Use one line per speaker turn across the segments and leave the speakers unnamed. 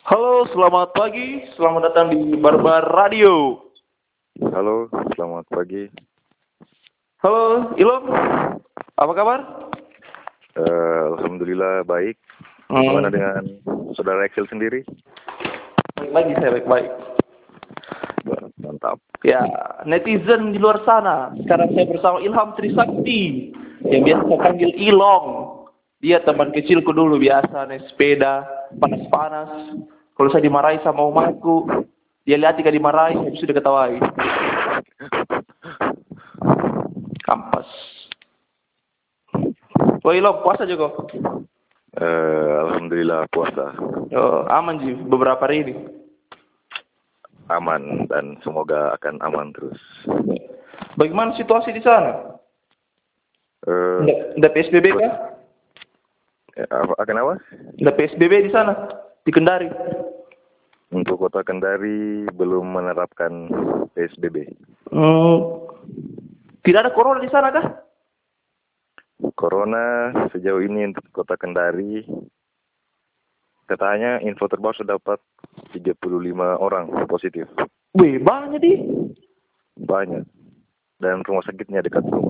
Halo, selamat pagi. Selamat datang di Barbar Radio.
Halo, selamat pagi.
Halo, Ilham. Apa kabar?
Alhamdulillah baik. Bagaimana dengan saudara Excel sendiri?
Baik lagi, saya baik-baik.
Mantap.
Ya, netizen di luar sana. Sekarang saya bersama Ilham Trisakti, yang biasa saya panggil Ilong. Dia teman kecilku dulu, biasa naik sepeda, panas-panas. Kalau saya dimarahi sama omaku, dia lihat jika dimarahi, saya sudah ketawai. Kampas. Oh Ilham, puasa juga.
Alhamdulillah puasa
Oh, aman sih beberapa hari ini.
aman dan semoga akan aman terus.
Bagaimana situasi di sana?
Eh,
Ada PSBB kah?
Kenapa?
Ada PSBB di sana? Di Kendari?
Untuk kota Kendari belum menerapkan PSBB.
Tidak ada corona di sana kah?
Corona sejauh ini untuk kota Kendari, katanya info terbaru sudah dapat 35 orang positif.
Wih, banyak di.
Banyak. Dan rumah sakitnya dekat rumah.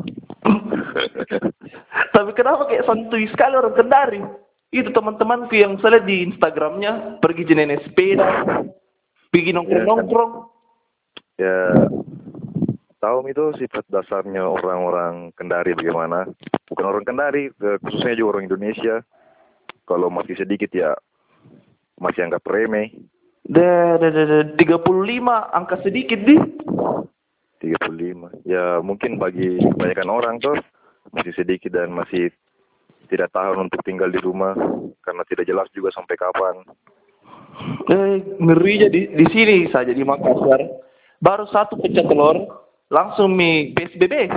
Tapi kenapa kayak santuy sekali orang Kendari? Itu teman-temanku yang saya lihat di Instagramnya pergi jenis sepeda, pergi nongkrong-nongkrong.
Ya, tahu itu sifat dasarnya orang-orang Kendari bagaimana. Bukan orang Kendari, khususnya juga orang Indonesia. Kalau masih sedikit ya masih anggap remeh.
35 angka sedikit di.
35. Ya mungkin bagi kebanyakan orang tuh masih sedikit dan masih tidak tahan untuk tinggal di rumah karena tidak jelas juga sampai kapan.
Ngerinya di sini saja di Makassar. Baru satu pecah telur, langsung PSBB.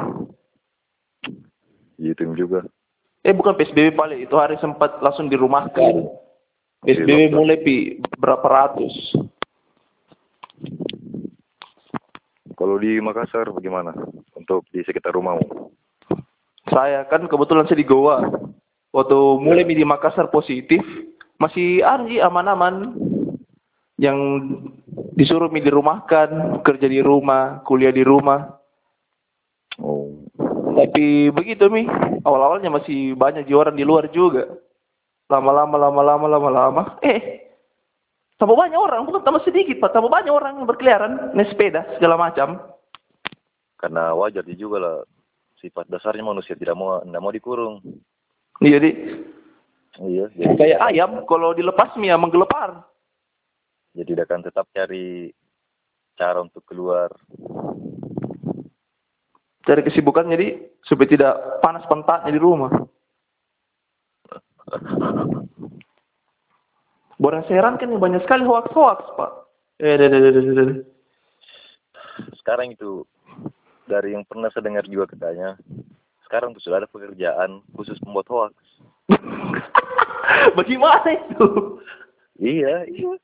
Gitu juga.
Bukan PSBB paling, itu hari sempat langsung dirumahkan. PSBB mulai berapa ratus.
Kalau di Makassar bagaimana untuk di sekitar rumahmu?
Saya kan kebetulan saya di Goa. Waktu mulai di Makassar positif, masih aman-aman. Yang disuruh dirumahkan, kerja di rumah, kuliah di rumah.
Oh.
Tapi begitu awal-awalnya masih banyak orang di luar juga. Lama-lama. Tambah banyak orang, bukan tambah sedikit Pak, tambah banyak orang yang berkeliaran, naik sepeda, segala macam.
Karena wajar juga lah, sifat dasarnya manusia tidak mau dikurung.
Iya,
Iya.
Jadi kayak ayam, kalau dilepas menggelepar.
Jadi dia akan tetap cari cara untuk keluar.
Cari kesibukan jadi supaya tidak panas pentatnya di rumah. Borang seran kan banyak sekali hoax-hoax, Pak.
Sekarang itu dari yang pernah saya dengar juga katanya, sekarang tuh sudah ada pekerjaan khusus membuat hoax.
Bagaimana itu?
Iya.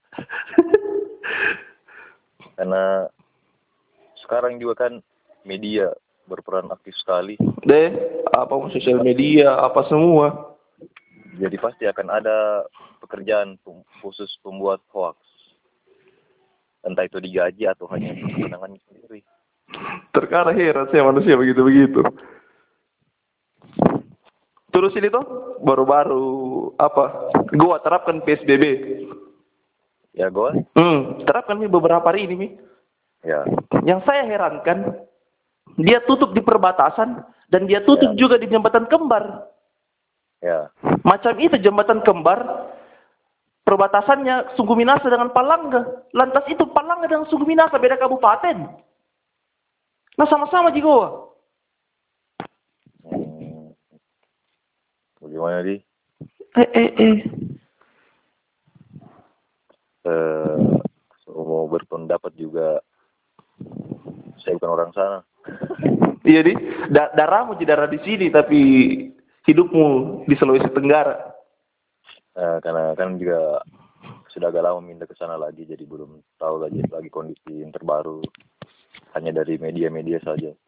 Karena sekarang juga kan media berperan aktif sekali.
Apa sosial media, apa semua.
Jadi pasti akan ada pekerjaan khusus pembuat hoax. Entah itu digaji atau hanya untuk kesenangan sendiri.
Terkadang heran saya manusia begitu-begitu. Terus ini tuh baru-baru Goa terapkan PSBB.
Ya Goa?
Terapkan beberapa hari ini
Ya.
Yang saya herankan, dia tutup di perbatasan dan dia tutup juga di jembatan kembar.
Ya.
Macam itu jembatan kembar, perbatasannya Sungguh Minasa dengan Palangga. Lantas itu Palangga dengan Sungguh Minasa beda kabupaten. Nah sama-sama di Goa.
Bagaimana di? Mau berpendapat juga, saya bukan orang sana.
Iya darahmu di darah di sini tapi hidupmu di Sulawesi Tenggara.
Karena kan juga sudah agak lama minta ke sana lagi, jadi belum tahu lagi kondisi yang terbaru. Hanya dari media-media saja.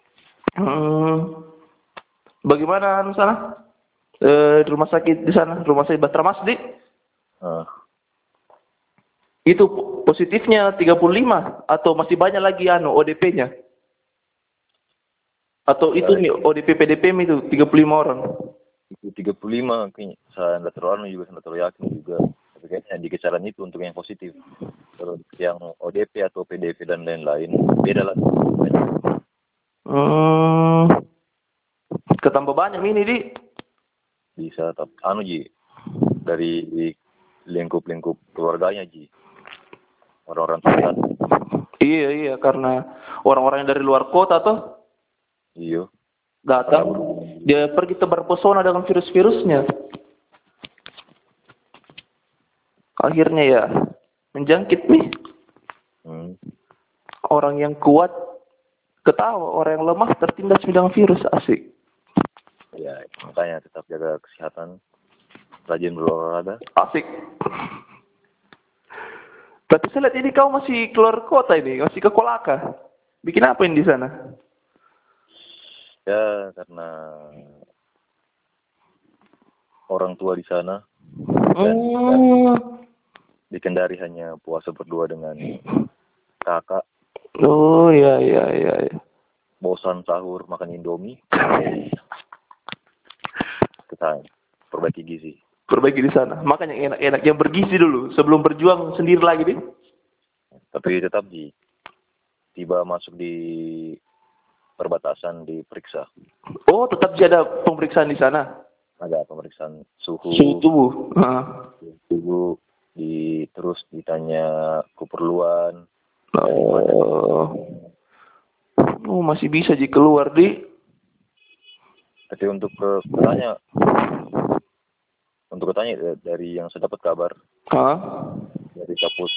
Bagaimana di sana? Rumah sakit di sana, rumah sakit Batra Masdi. Itu positifnya 35 atau masih banyak lagi ODP-nya? Atau itu ODP PDP itu 35 orang?
Itu 35 kayaknya. Saya nggak terlalu juga, saya nggak terlalu yakin juga. Tapi kayaknya di kisaran itu untuk yang positif. Kalau yang ODP atau PDP dan lain-lain beda lah.
Ketambah banyak ini di.
Bisa Ji dari lingkup keluarganya Ji. Orang-orang terdekat.
Iya, karena orang-orang yang dari luar kota toh.
Iya.
Datang, dia pergi tebar pesona dengan virus-virusnya. Akhirnya ya menjangkit nih. Orang yang kuat ketawa, orang yang lemah tertindas dengan virus. Asik.
Ya, makanya tetap jaga kesehatan, rajin berolahraga.
Asik. Tapi saya lihat ini kau masih keluar kota ini, masih ke Kolaka. Bikin apa ini di sana?
Ya, karena orang tua di sana. Dan di Kendari hanya puasa berdua dengan kakak.
Oh, iya.
Bosan sahur makan Indomie. Kita perbaiki gizi.
Perbaiki di sana. Makanya enak-enak yang bergizi dulu sebelum berjuang sendiri lagi deh.
Tapi tetap tiba masuk di perbatasan diperiksa.
Oh, tetap ada pemeriksaan di sana.
Ada pemeriksaan suhu
tubuh.
Suhu terus ditanya keperluan.
Oh, masih bisa keluar di.
Tapi untuk ketanya dari yang saya dapat kabar. Dari Kapus.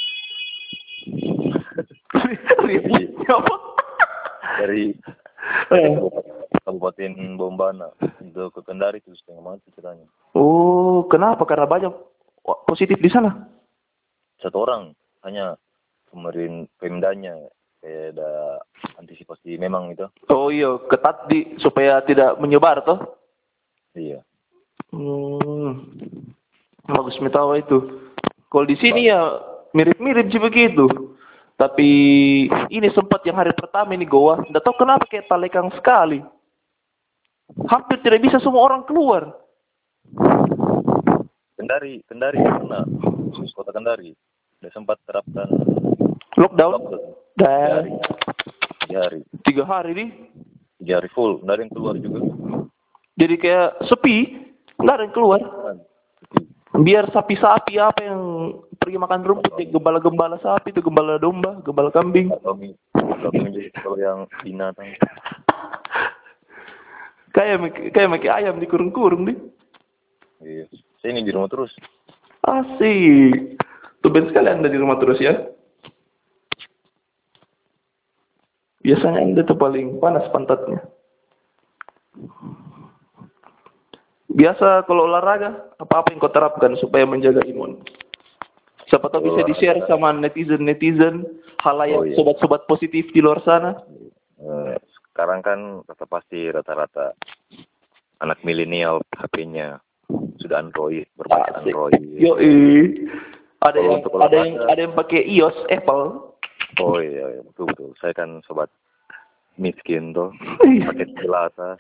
dari Kabupaten Bombana untuk ke Kendari itu setengah mati ceritanya.
Oh, kenapa? Karena banyak positif di sana.
1 orang hanya Pemdanya kayak ada antisipasi memang itu.
Oh iya, ketat supaya tidak menyebar toh.
Iya.
Bagus tahu itu. Kalau di sini ya mirip-mirip sih begitu. Tapi ini sempat yang hari pertama ini Goa, nggak tahu kenapa kayak talekang sekali. Hampir tidak bisa semua orang keluar.
Kendari karena kota Kendari sudah sempat terapkan
lockdown.
3 hari.
3 hari nih.
3 hari full, nggak ada yang keluar juga.
Jadi kayak sepi, nggak ada yang keluar. Biar sapi-sapi apa yang pergi makan rumput, gembala-gembala sapi itu, gembala domba, gembala kambing.
Kalau yang binatang.
Kayak makin ayam dikurung-kurung nih.
Iya. Saya ini di rumah terus.
Asik. Tumben sekali Anda di rumah terus ya. Biasanya Anda tuh paling panas pantatnya. Biasa kalau olahraga, apa-apa yang kau terapkan supaya menjaga imun? Siapa tahu bisa di-share sama netizen, halayak sobat-sobat positif di luar sana.
Sekarang kan pasti rata-rata anak milenial HP-nya sudah Android, berbasis Android.
Yoi. Ada yang pakai iOS Apple.
Oh iya, betul. Saya kan sobat miskin tuh, pakai jelata.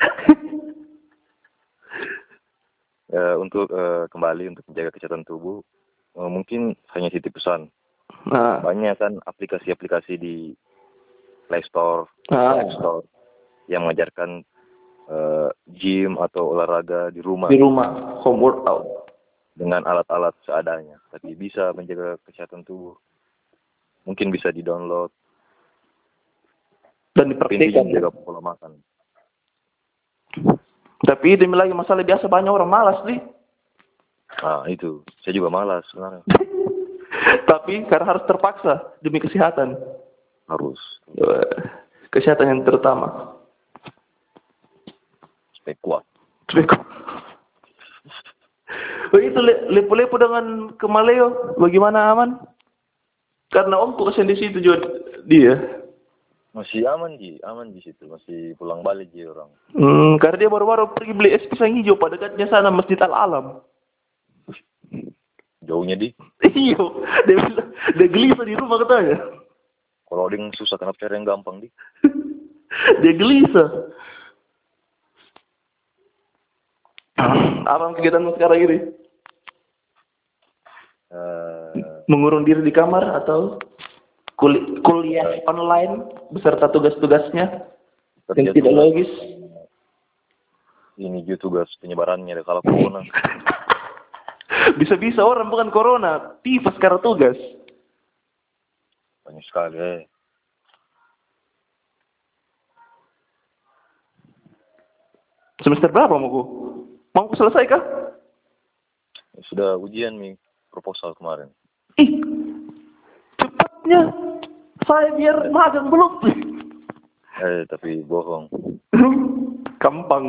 Untuk kembali untuk menjaga kesehatan tubuh, mungkin hanya titip pesan. Banyak kan aplikasi-aplikasi di Play Store, App Store yang mengajarkan gym atau olahraga di rumah.
Di rumah, home workout.
Dengan alat-alat seadanya, tapi bisa menjaga kesehatan tubuh. Mungkin bisa di-download
dan dipraktikkan.
Menjaga pola makan.
Tapi demi lagi masalah biasa banyak orang malas nih.
Itu. Saya juga malas sebenarnya.
Tapi karena harus terpaksa demi kesehatan.
Harus.
Kesehatan yang terutama.
Supaya kuat.
Itu lepo-lepo dengan ke Maleo, bagaimana aman? Karena omku kesian di situ juga dia.
Masih aman di situ, masih pulang balik orang.
Karena dia baru-baru pergi beli es pisang hijau pada dekatnya sana Masjid Al Alam.
Jauhnya di.
Iyo, dia gelisah di rumah katanya.
Kalau ada yang susah, kenapa cari yang gampang di?
Dia gelisah. Apa kegiatanmu sekarang ini? Mengurung diri di kamar atau kuliah online beserta tugas-tugasnya yang tidak logis?
Ini juga tugas penyebarannya kalau corona.
Bisa-bisa orang bukan corona, tifus karena tugas.
Banyak sekali.
Semester berapa mau selesai kah?
Sudah ujian nih proposal kemarin.
Ih, cepatnya. Saya biar magang belum.
Tapi bohong.
Gampang.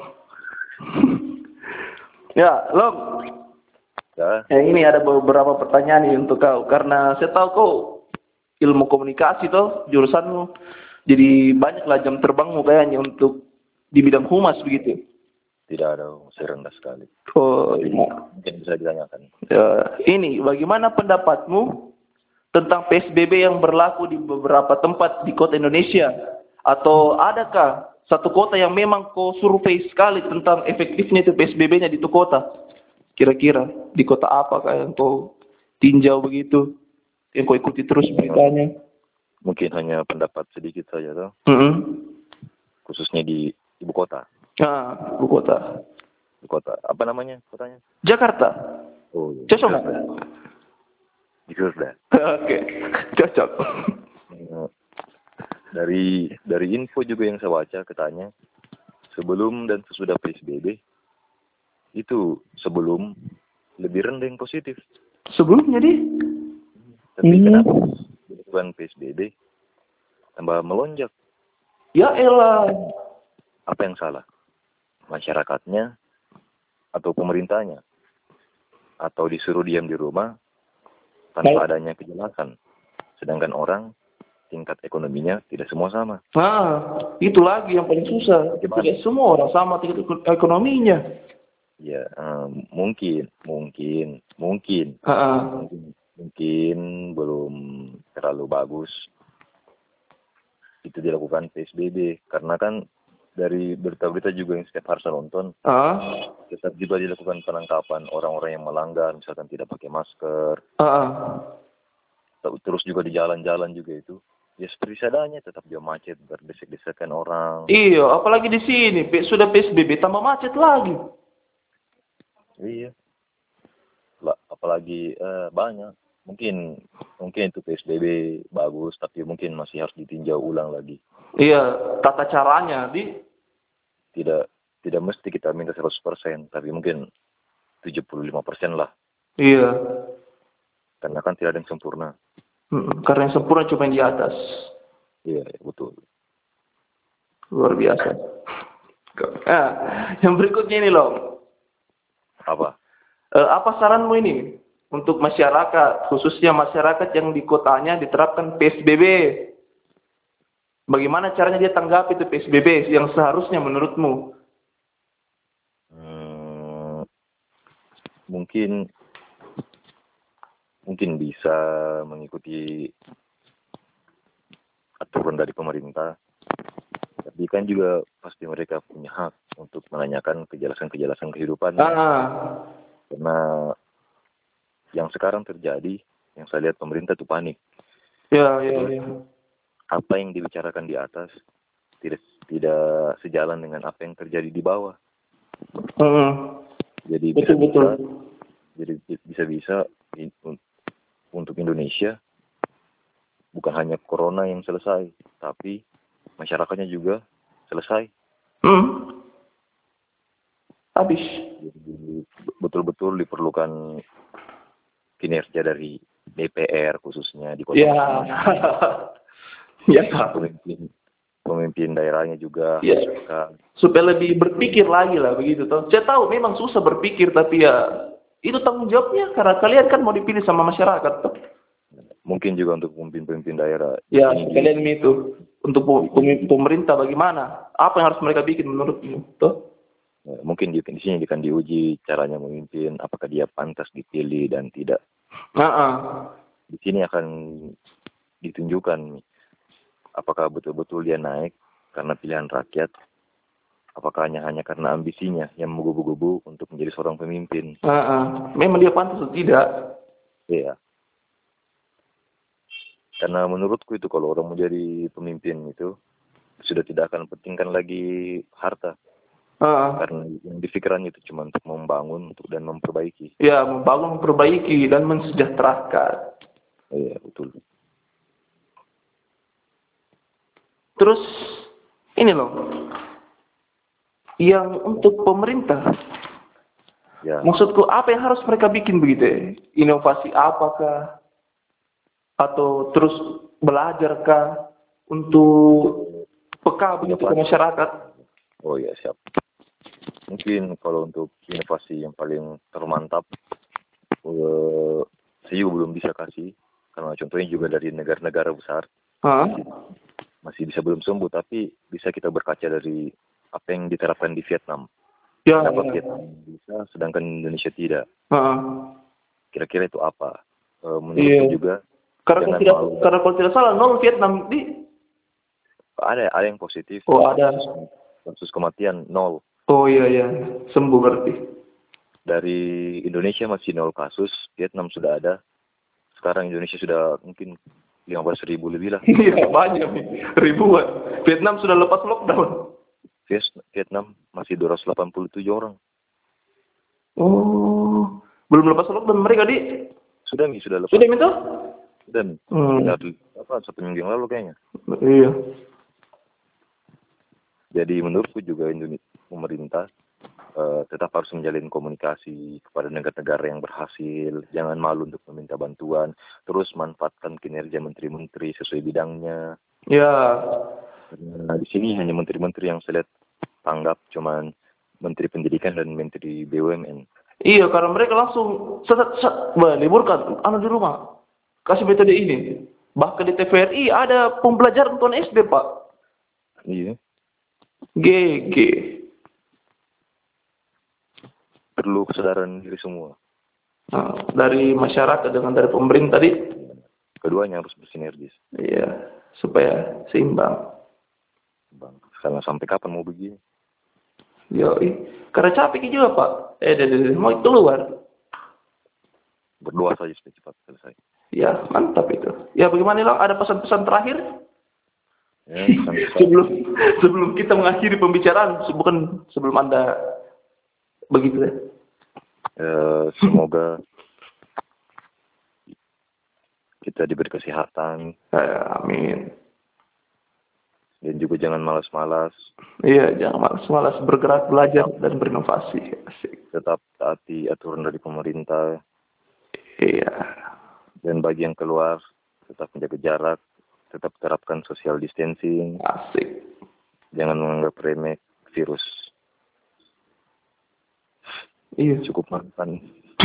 Ya, Long.
Ya.
Ini ada beberapa pertanyaan nih untuk kau. Karena saya tahu kau ilmu komunikasi toh, jurusanmu. Jadi banyaklah jam terbangmu kayaknya untuk di bidang humas begitu.
Tidak ada, masih rendah sekali.
Oh, iya.
Mungkin bisa ditanyakan.
Ya, ini bagaimana pendapatmu tentang PSBB yang berlaku di beberapa tempat di kota Indonesia? Atau adakah satu kota yang memang kau survei sekali tentang efektifnya itu PSBB-nya di itu kota? Kira-kira di kota apa yang kau tinjau begitu? Yang kau ikuti terus beritanya?
Mungkin hanya pendapat sedikit saja toh. Khususnya di ibu kota.
Ibu kota.
Ibu kota. Apa namanya kotanya?
Jakarta.
Oh, iya.
Cocok nggak?
Sudah.
Oke, cocok.
Dari info juga yang saya baca katanya sebelum dan sesudah PSBB itu sebelum lebih rendah yang positif.
Sebelumnya di?
Tapi kenapa bukan PSBB tambah melonjak?
Ya elah.
Apa yang salah? Masyarakatnya atau pemerintahnya? Atau disuruh diam di rumah tanpa adanya kejelasan? Sedangkan orang tingkat ekonominya tidak semua sama.
Itu lagi yang paling susah. Tidak semua orang sama tingkat ekonominya.
Ya, mungkin belum terlalu bagus itu dilakukan PSBB karena kan dari berita-berita juga yang setiap hari saya nonton, tetap juga dilakukan penangkapan orang-orang yang melanggar, misalkan tidak pakai masker, terus juga di jalan-jalan juga itu. Ya seperti seadanya, tetap dia macet, berdesek-desekan orang.
Iya, apalagi di sini sudah PSBB tambah macet lagi.
Iya. Apalagi banyak. Mungkin itu PSBB bagus, tapi mungkin masih harus ditinjau ulang lagi.
Iya, tata caranya
tidak mesti kita minta 100%, tapi mungkin 75% lah.
Iya.
Karena kan tidak ada yang sempurna.
Karena yang sempurna cuma yang di atas.
Iya, betul.
Luar biasa. Yang berikutnya ini loh.
Apa?
Apa saranmu ini untuk masyarakat, khususnya masyarakat yang di kotanya diterapkan PSBB? Bagaimana caranya dia tanggapi itu PSBB yang seharusnya menurutmu?
Mungkin bisa mengikuti aturan dari pemerintah. Tapi kan juga pasti mereka punya hak untuk menanyakan kejelasan kehidupan. Karena yang sekarang terjadi, yang saya lihat pemerintah itu panik.
Ya.
Apa yang dibicarakan di atas tidak sejalan dengan apa yang terjadi di bawah. Jadi bisa untuk Indonesia bukan hanya corona yang selesai, tapi masyarakatnya juga selesai.
Habis.
Jadi, betul-betul diperlukan kinerja dari DPR khususnya di kota.
Ya.
Pemimpin daerahnya juga.
Ya. Supaya lebih berpikir lagi lah begitu toh. Saya tahu memang susah berpikir, tapi ya itu tanggung jawabnya karena kalian kan mau dipilih sama masyarakat toh.
Mungkin juga untuk pemimpin daerah.
Ya, kalian itu untuk pemerintah bagaimana? Apa yang harus mereka bikin menurutmu toh?
Ya, mungkin di sini akan diuji caranya memimpin, apakah dia pantas dipilih dan tidak. Di sini akan ditunjukkan apakah betul-betul dia naik karena pilihan rakyat, apakah hanya karena ambisinya yang menggebu-gebu untuk menjadi seorang pemimpin.
Memang dia pantas atau tidak?
Iya. Karena menurutku itu kalau orang menjadi pemimpin itu sudah tidak akan pentingkan lagi harta. Karena yang di pikirannya itu cuma untuk membangun dan memperbaiki.
Ya, membangun, memperbaiki, dan mensejahterakan.
Iya, betul.
Terus, ini loh, yang untuk pemerintah,
Ya.
maksudku apa yang harus mereka bikin begitu ya? Inovasi apakah? Atau terus belajarkah untuk peka begitu ke masyarakat?
Oh ya, siap. Mungkin kalau untuk inovasi yang paling termantap, saya juga belum bisa kasih, karena contohnya juga dari negara-negara besar, masih bisa belum sembuh, tapi bisa kita berkaca dari apa yang diterapkan di Vietnam. Kenapa Vietnam bisa, sedangkan Indonesia tidak? Kira-kira itu apa? Menurutku juga,
karena kalau tidak salah, nol Vietnam di
ada yang positif.
Oh, ada.
Kasus kematian 0.
Oh iya, sembuh berarti.
Dari Indonesia masih 0 kasus, Vietnam sudah ada. Sekarang Indonesia sudah mungkin 15.000 lebih lah.
Iya, banyak nih, ribuan. Vietnam sudah lepas lockdown.
Vietnam masih 287 orang.
Oh, belum lepas lockdown mereka di?
Sudah lepas.
Sudah minta?
Sudah. Satu minggu yang lalu kayaknya.
Iya.
Jadi menurutku juga pemerintah tetap harus menjalin komunikasi kepada negara-negara yang berhasil. Jangan malu untuk meminta bantuan. Terus manfaatkan kinerja menteri-menteri sesuai bidangnya.
Ya.
Nah, di sini hanya menteri-menteri yang saya lihat tanggap cuman menteri pendidikan dan menteri BUMN.
Iya, karena mereka langsung liburkan anak di rumah. Kasih metode ini. Bahkan di TVRI ada pembelajaran tahun SD, Pak.
Iya.
GG.
Perlu kesadaran diri semua.
Nah, dari masyarakat dengan dari pemerintah tadi.
Keduanya harus bersinergis.
Iya, supaya seimbang.
Karena sampai kapan mau begini?
Yoi. Karena capek juga, Pak. Mau keluar.
Berdoa saja supaya cepat selesai.
Ya, mantap itu. Ya, bagaimana, Lang? Ada pesan-pesan terakhir?
Ya,
sebelum kita mengakhiri pembicaraan, bukan sebelum Anda begitu ya.
Semoga kita diberi kesehatan.
Amin.
Dan juga jangan malas-malas.
Iya, jangan malas-malas bergerak, belajar, dan berinovasi. Asik.
Tetap taati aturan dari pemerintah.
Iya.
Dan bagi yang keluar, tetap menjaga jarak, tetap terapkan social distancing.
Asik.
Jangan menganggap remeh virus.
Iya.
Cukup makan.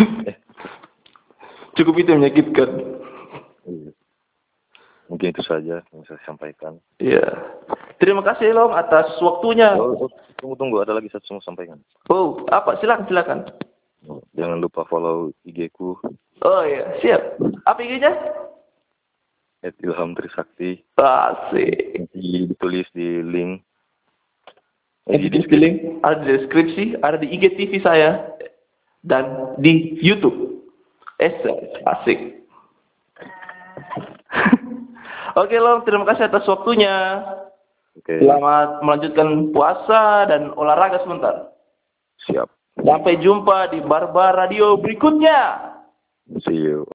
Cukup itu yang menyakitkan.
Iya. Mungkin itu saja yang saya sampaikan.
Iya. Terima kasih, Long, atas waktunya.
Tunggu, ada lagi satu mau sampaikan.
Oh, apa? Silakan.
Jangan lupa follow IG-ku.
Oh iya, siap. Apa IG-nya?
Ilham Trisakti.
Asik.
Ditulis di link.
Ditulis di link. Ada di deskripsi, ada di IGTV saya, dan di YouTube. Asik. Oke, Long, terima kasih atas waktunya.
Oke.
Selamat melanjutkan puasa dan olahraga sebentar.
Siap.
Sampai jumpa di Barbar Radio berikutnya.
See you.